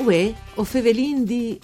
Uè, o Fevelin di...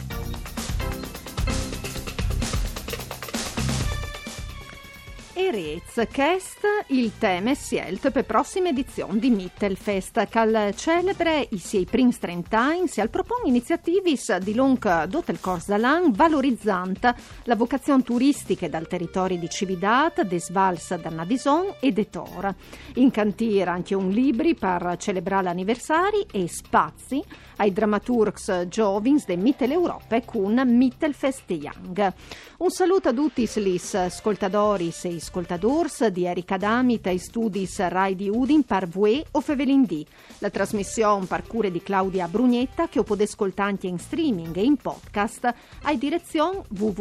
Erez, ch'est il tema scelto per prossima edizione di Mittelfest, che celebre i suoi primi 30 anni e propone iniziativi di lungo tutto il corso dell'anno valorizzante la vocazione turistica dal territorio di Cividat, des Vals da Navison e de Tor. In cantiere anche un libri per celebrare l'anniversario e spazi ai dramaturgs giovins de Mitteleuropa con Mittelfest Young. Un saluto a tutti gli ascoltatori e ascoltadors di Erika Damit ai studi Rai di Udin par Vue o Fevelin D. La trasmissione par cure di Claudia Brugnetta che potete ascoltare anche in streaming e in podcast ai direzione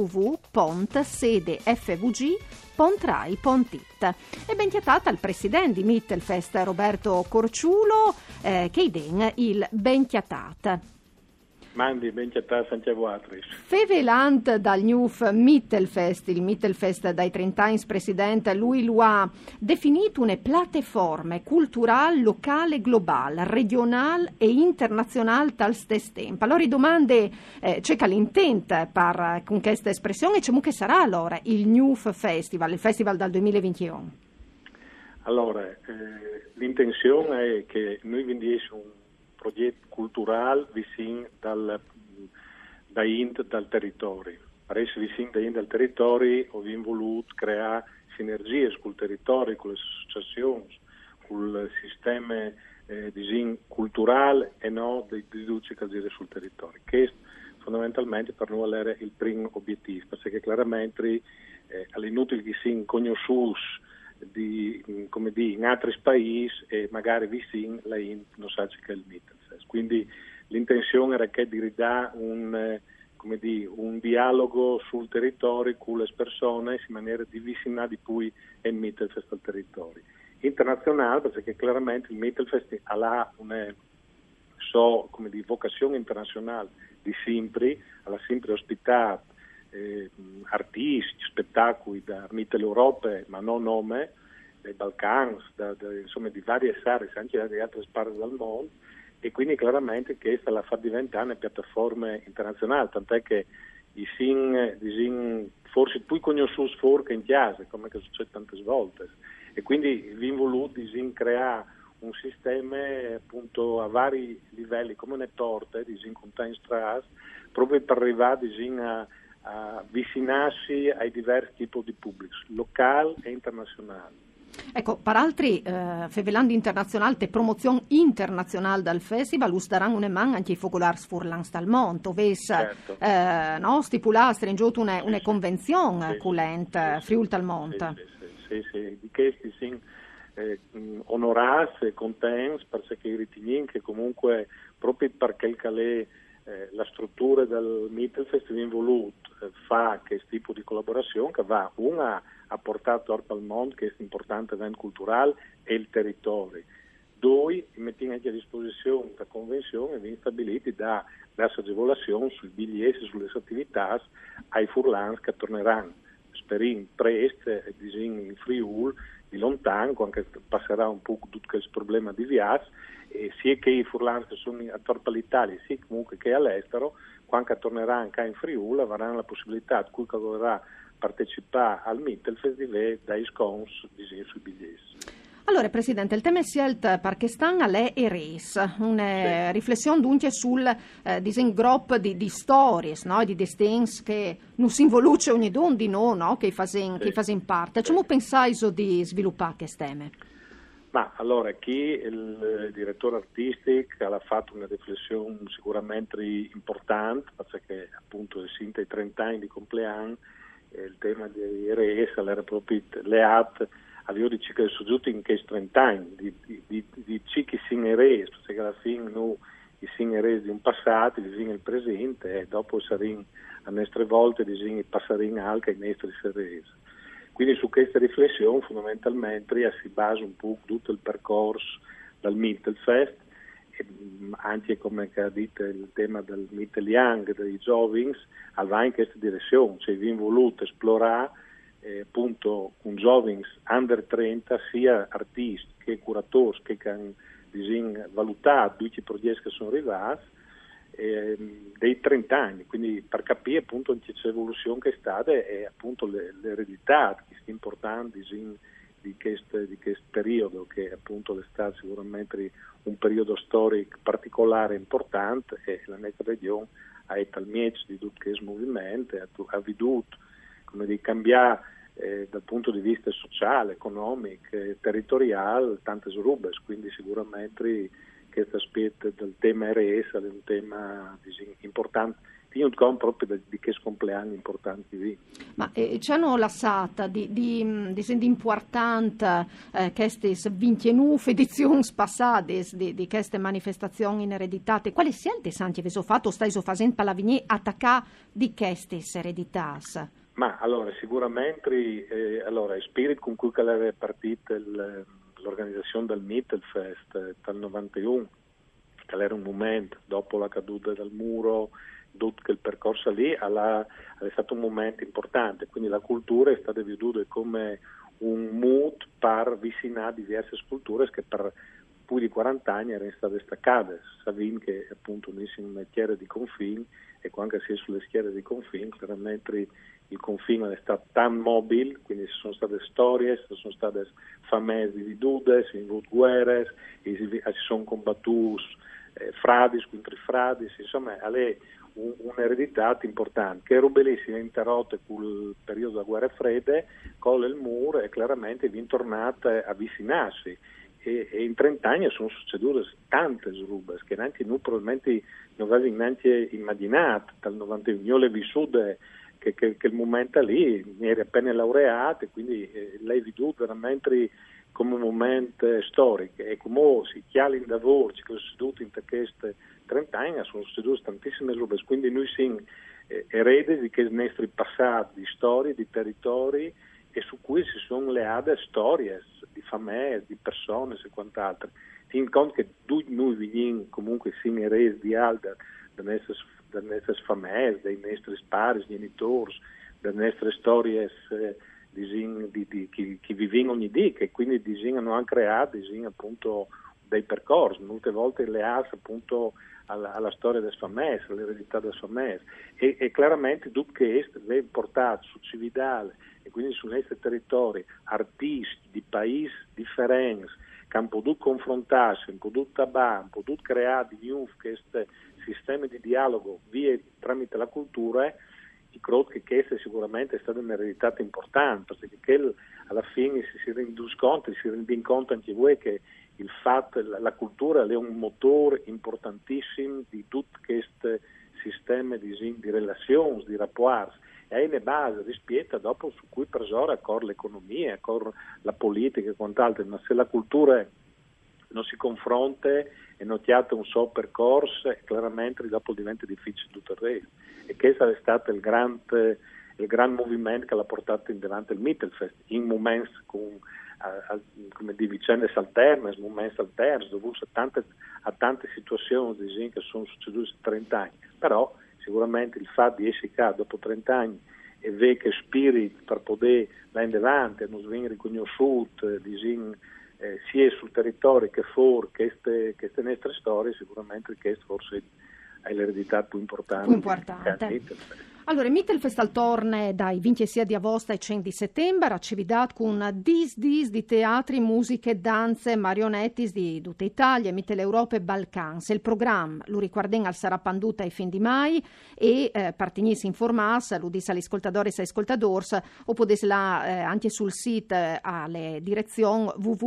www.sedefvg.rai.it. E ben chiatata al presidente di Mittelfest Roberto Corciulo che idea il ben chiatata. Mandi, ben chiatata Santiago Atris. Fevelant dal Newf Mittelfest, il Mittelfest dai 30 anni presidente, lui lo ha definito una piattaforma culturale, locale, globale, regionale e internazionale tal stesso tempo. Allora, domande c'è che l'intento con questa espressione, c'è che sarà allora il Newf Festival, il festival dal 2021? Allora, l'intenzione è che noi vendiamo un progetto culturale vicino dal territorio. Per essere vicino dal territorio abbiamo voluto creare sinergie col territorio, con le associazioni, con il sistema culturale e non di riduzione che agire sul territorio. Questo fondamentalmente per noi era il primo obiettivo, perché chiaramente è inutile che si conosciuti in altri paesi e magari vicino non sa che è il Mittelfest. Quindi l'intenzione era che di ridare un dialogo sul territorio con le persone in maniera di avvicinare di più il Mittelfest al territorio. Internazionale, perché chiaramente il Mittelfest ha una vocazione internazionale di sempre, alla sempre ospitata artisti, spettacoli da Mitteleuropa, ma non nome, dai Balcani, di varie aree, anche di altre parti del mondo, e quindi chiaramente questa la fa diventare una piattaforma internazionale, tant'è che i forse più conosciuti fuori che in chiesa, come che succede tante volte, e quindi vi voluto creare un sistema appunto a vari livelli, come una torta, con tanti strati, proprio per arrivare a avvicinarsi ai diversi tipi di pubblici, locali e internazionali. Ecco, per altri Fevelandi internazionale e promozione internazionale dal festival daranno una mano anche i focolari furlans dal mondo, certo. Stipulare, stringere una convenzione con l'ente Friuli dal Monte. Sì, di questi sì, onorati e contenti, perché riteniamo che comunque proprio perché la struttura del Mittelfest viene voluto fa questo tipo di collaborazione che va a portare al mondo questo importante evento culturale e il territorio. Due, mettiamo anche a disposizione la convenzione e viene stabiliti da agevolazioni sui biglietti e sulle attività ai furlans che torneranno speriamo presto in Friuli di lontano, anche passerà un po' tutto questo problema di viaggio, e sia che i furlans che sono attorno all'Italia, sia comunque che all'estero, quando torneranno anche in Friuli, avranno la possibilità di cui vorrà partecipare al Mittelfest di vedere dai scons sui biglietti. Allora, Presidente, il tema scelto per quest'anno è Erez, una riflessione dunque sul gruppo di storie, no? Di destini che non si involuce ogni don di noi, no? Che fanno parte. Come pensai di sviluppare questo tema? Ma allora, qui il direttore artistico ha fatto una riflessione sicuramente importante, perché appunto essendo i 30 anni di compleanno, il tema di Erez era proprio leato avevo di che sono in questi 30 anni di cicchi signeresi, perché alla fine noi i signeresi di un passato disegna il presente e dopo saranno a nostre volte disegna i passarini anche ai nostri seresi. Quindi su questa riflessione fondamentalmente si basa un po' tutto il percorso dal Mittelfest, e anche come ha detto il tema del Mittel Young, dei giovani, va in questa direzione, cioè vi voluto esplorare appunto con giovani under 30 sia artisti che curatori che hanno valutato tutti i progetti che sono arrivati dei 30 anni, quindi per capire appunto anche l'evoluzione che è stata e appunto l'eredità che è importante di questo periodo, che appunto è stato sicuramente un periodo storico particolare importante, e la nostra regione ha talmente di tutto questo movimento, ha veduto come di cambiare dal punto di vista sociale, economico, territoriale, tante robe, quindi sicuramente questo aspetto del tema RS è un tema importante, proprio di questo compleanno importante. Ma ci hanno lasciata di importante queste 29 edizioni passate di queste manifestazioni ereditate. Quali scelte avete fatto o stai facendo per l'avenire attaccare di queste eredità? Ma allora sicuramente il spirito con cui è partita l'organizzazione del Mittelfest dal 91, che era un momento dopo la caduta del muro, tutto il percorso lì è stato un momento importante, quindi la cultura è stata veduta come un mood per avvicinare diverse culture che per più di 40 anni erano state staccate. Sappiamo che appunto noi siamo una schiera di confine e anche se sulle schiere di confine, chiaramente il confine è stato tan mobile, quindi ci sono state storie, ci sono state famiglie dividute, si sono avuto guerre, si sono combattuti fradi contro fradi, insomma è un'eredità importante che rubelì si è interrotta con il periodo della guerra fredda, con il muro e chiaramente è tornata a avvicinarsi e in 30 anni sono succedute tante rubes che neanche noi probabilmente non avevo neanche immaginato dal 91. Io le vissute che il momento lì mi ero appena laureato e quindi l'hai veduto veramente come un momento storico e come si chiama in lavoro che sono seduti in queste 30 anni sono succedute tantissime robe, quindi noi siamo eredi di questi nostri passati, di storie, di territori e su cui si sono leate storie di famiglie, di persone e quant'altro. Tieni conto che tutti noi veniamo comunque siamo eredi di altre dalle nostre famiglie, dai nostri pari, genitori, dalle nostre storie che vivono ogni giorno, che quindi hanno anche creato appunto dei percorsi, molte volte le appunto alla storia delle famiglie, all'eredità delle famiglie e chiaramente tutto che è portato su Cividale e quindi sui nostri territori artisti di paesi differenti che hanno potuto confrontarsi, hanno potuto tabbare, hanno potuto creare di nuovo questo sistema di dialogo tramite la cultura. Io credo che questa sicuramente è stata un'eredità importante, perché alla fine si rende conto anche voi che il fatto, la cultura è un motore importantissimo di tutto questo sistema di relazioni, di rapporti, e è una base rispetto dopo su cui presora l'economia, la politica e quant'altro, ma se la cultura non si confronta e non chiate un suo percorso, chiaramente dopo diventa difficile tutto il resto. E questo è stato il gran movimento che l'ha portato in davanti il Mittelfest, in momenti come di vicende alterne, momenti alterni, dovuti a tante situazioni che sono succedute in 30 anni. Però sicuramente il fatto di essere qua dopo 30 anni e vedere che spirito per poter andare in avanti, non viene riconosciuto, sia sul territorio che fuori queste nostre storie, sicuramente questo forse è l'eredità più importante. Allora, il Mittelfest torna dai 26 di agosto ai 100 di settembre, a Cividad con dis di teatri, musiche, danze, marionetti di tutta Italia, Mitteleuropa e Balcans. Il programma lo riguarden al sarà panduta ai fin di mai e partignis informas, lo dis agli ascoltatori e ascoltadors, o potete anche sul sito alle direzioni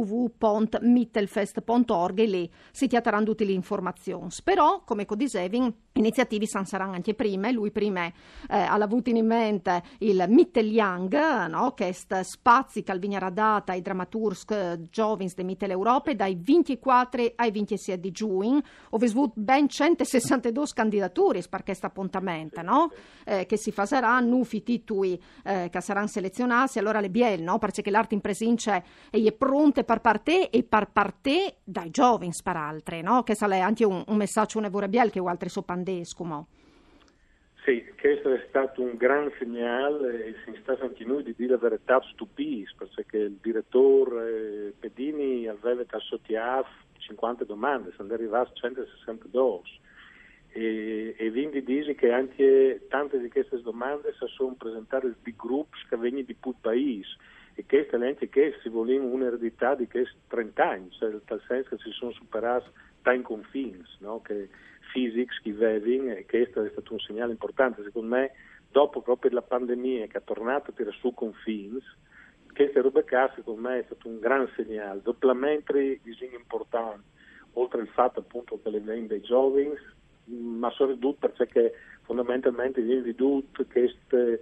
www.mittelfest.org e lì si tiatteranno tutte le informazioni. Però, come dicevi, iniziativi saranno anche prima, e lui prima ha avuto in mente il Mitteljang, no? Che è spazi che viene data ai drammaturg giovani di Mitteleuropa dai 24 ai 26 di giugno, dove sono ben 162 candidature per questo appuntamento, no? Che si faranno nuovi titoli che saranno selezionati, allora le biel, no? Perché l'arte in presenza è pronta per parte e per parte dai giovani per altre, no? Che sarà anche un messaggio una biel che altri so pandesco. Sì, questo è stato un gran segnale e si sta anche noi di dire la verità stupiti, perché il direttore Pedini aveva associato 50 domande, sono arrivati 162 e quindi dici che anche tante di queste domande sono presentate di gruppi che vengono di tutto il paese e che si vogliono un'eredità di questi 30 anni, cioè nel tal senso che si sono superati tanti confini, no? Che physics che vengono, e questo è stato un segnale importante secondo me dopo proprio la pandemia che è tornata a tirare su confini. Queste robe qua secondo me è stato un gran segnale, doppiamente disegno importante, oltre al fatto appunto che le vengono dei giovani, ma soprattutto perché fondamentalmente viene veduto questo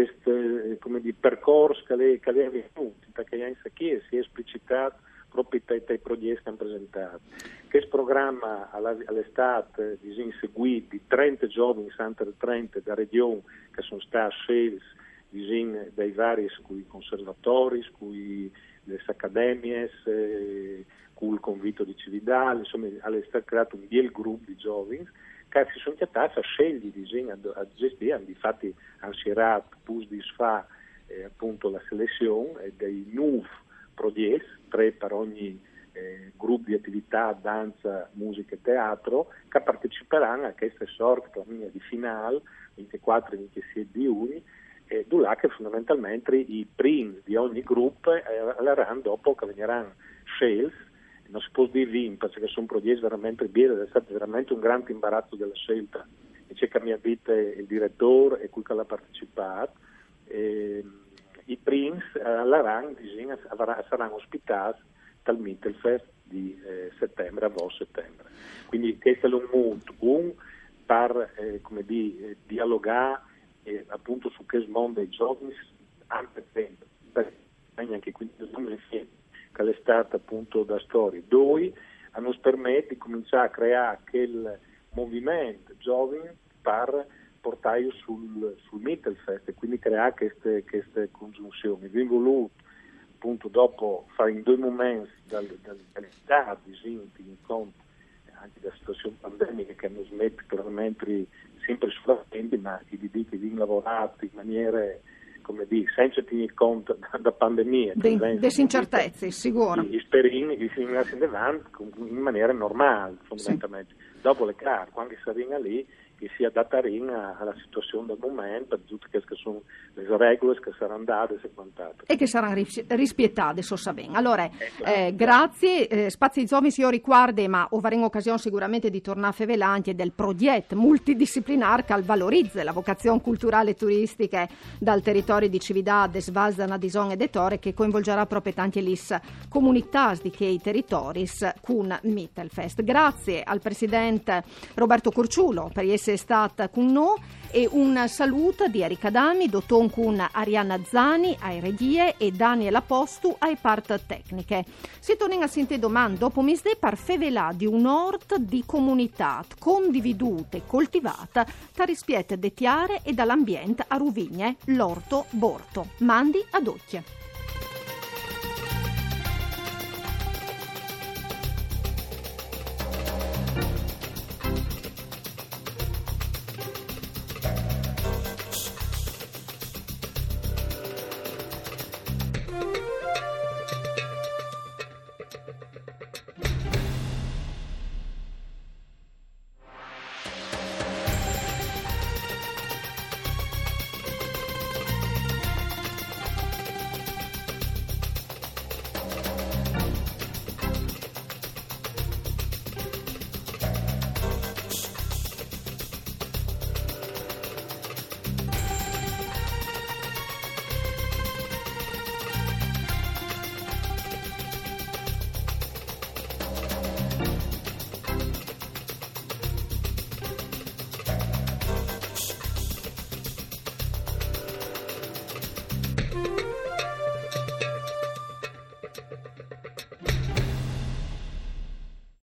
percorso che lei ha venuto, perché anche qui si è esplicitato proprio dai progetti che hanno presentato. Questo programma all'estate disegna seguito di 30 giovani, 30 da regione che sono stati scelti dai vari conservatori, le accademie, con il convito di Cividale, insomma, è stato creato un bel gruppo di giovani che si sono chiamati a scegliere a gestire, infatti hanno scelto pus di sfa appunto la selezione dei 9 progetti, 3 per ogni gruppo di attività, danza, musica e teatro, che parteciperanno a queste sorte di finale, 24 e 26 di giugno, e là che fondamentalmente i primi di ogni gruppo dopo che verranno scelti. Non si può dire vinto perché sono progetti veramente belli, è stato veramente un grande imbarazzo della scelta e c'è che mi abita il direttore e cui che l'ha partecipato. I primi saranno ospitati dal Mittelfest di settembre, a settembre. Quindi questo è un modo per dialogare appunto su che mondo dei giovani anche sempre, anche quindi insieme che è stata appunto da storia. Due hanno permesso di cominciare a creare quel movimento giovani per portare sul Mittelfest e quindi creare queste congiunzioni. Abbiamo voluto appunto dopo fare in 2 momenti dall'età distinti in conto anche della situazione pandemica che hanno smesso chiaramente sempre sulla frente, ma che vengono lavorati in maniere senza tenere conto da pandemia. Delle incertezze, sicuro. I sperini si vengono avanti in maniera normale, fondamentalmente. Sì. Dopo le carte, quando si arriva lì, che si adattano alla situazione del momento, per tutte queste che sono le regole che saranno date e quant'altro. E che saranno rispettate, so sa bene. Allora, grazie. Spazi Zomis io ricordo, ma avremo occasione sicuramente di tornare a Fevelanti del progetto multidisciplinare che valorizza la vocazione culturale e turistica dal territorio di Cividad, Svalzana, Dison e Detore, che coinvolgerà proprio tante lis comunità di quei territori con Mittelfest. Grazie al presidente Roberto Curciulo per essere stata con noi e un saluto di Erika Dami, dotton con Arianna Zani ai regie e Daniel Apostu ai part tecniche. Si torna a sentire domani dopo misdè per fevelà di un ort di comunità condividuta e coltivata tra rispetto de tiare e dall'ambiente a Ruvigne, l'orto Borto. Mandi ad occhie.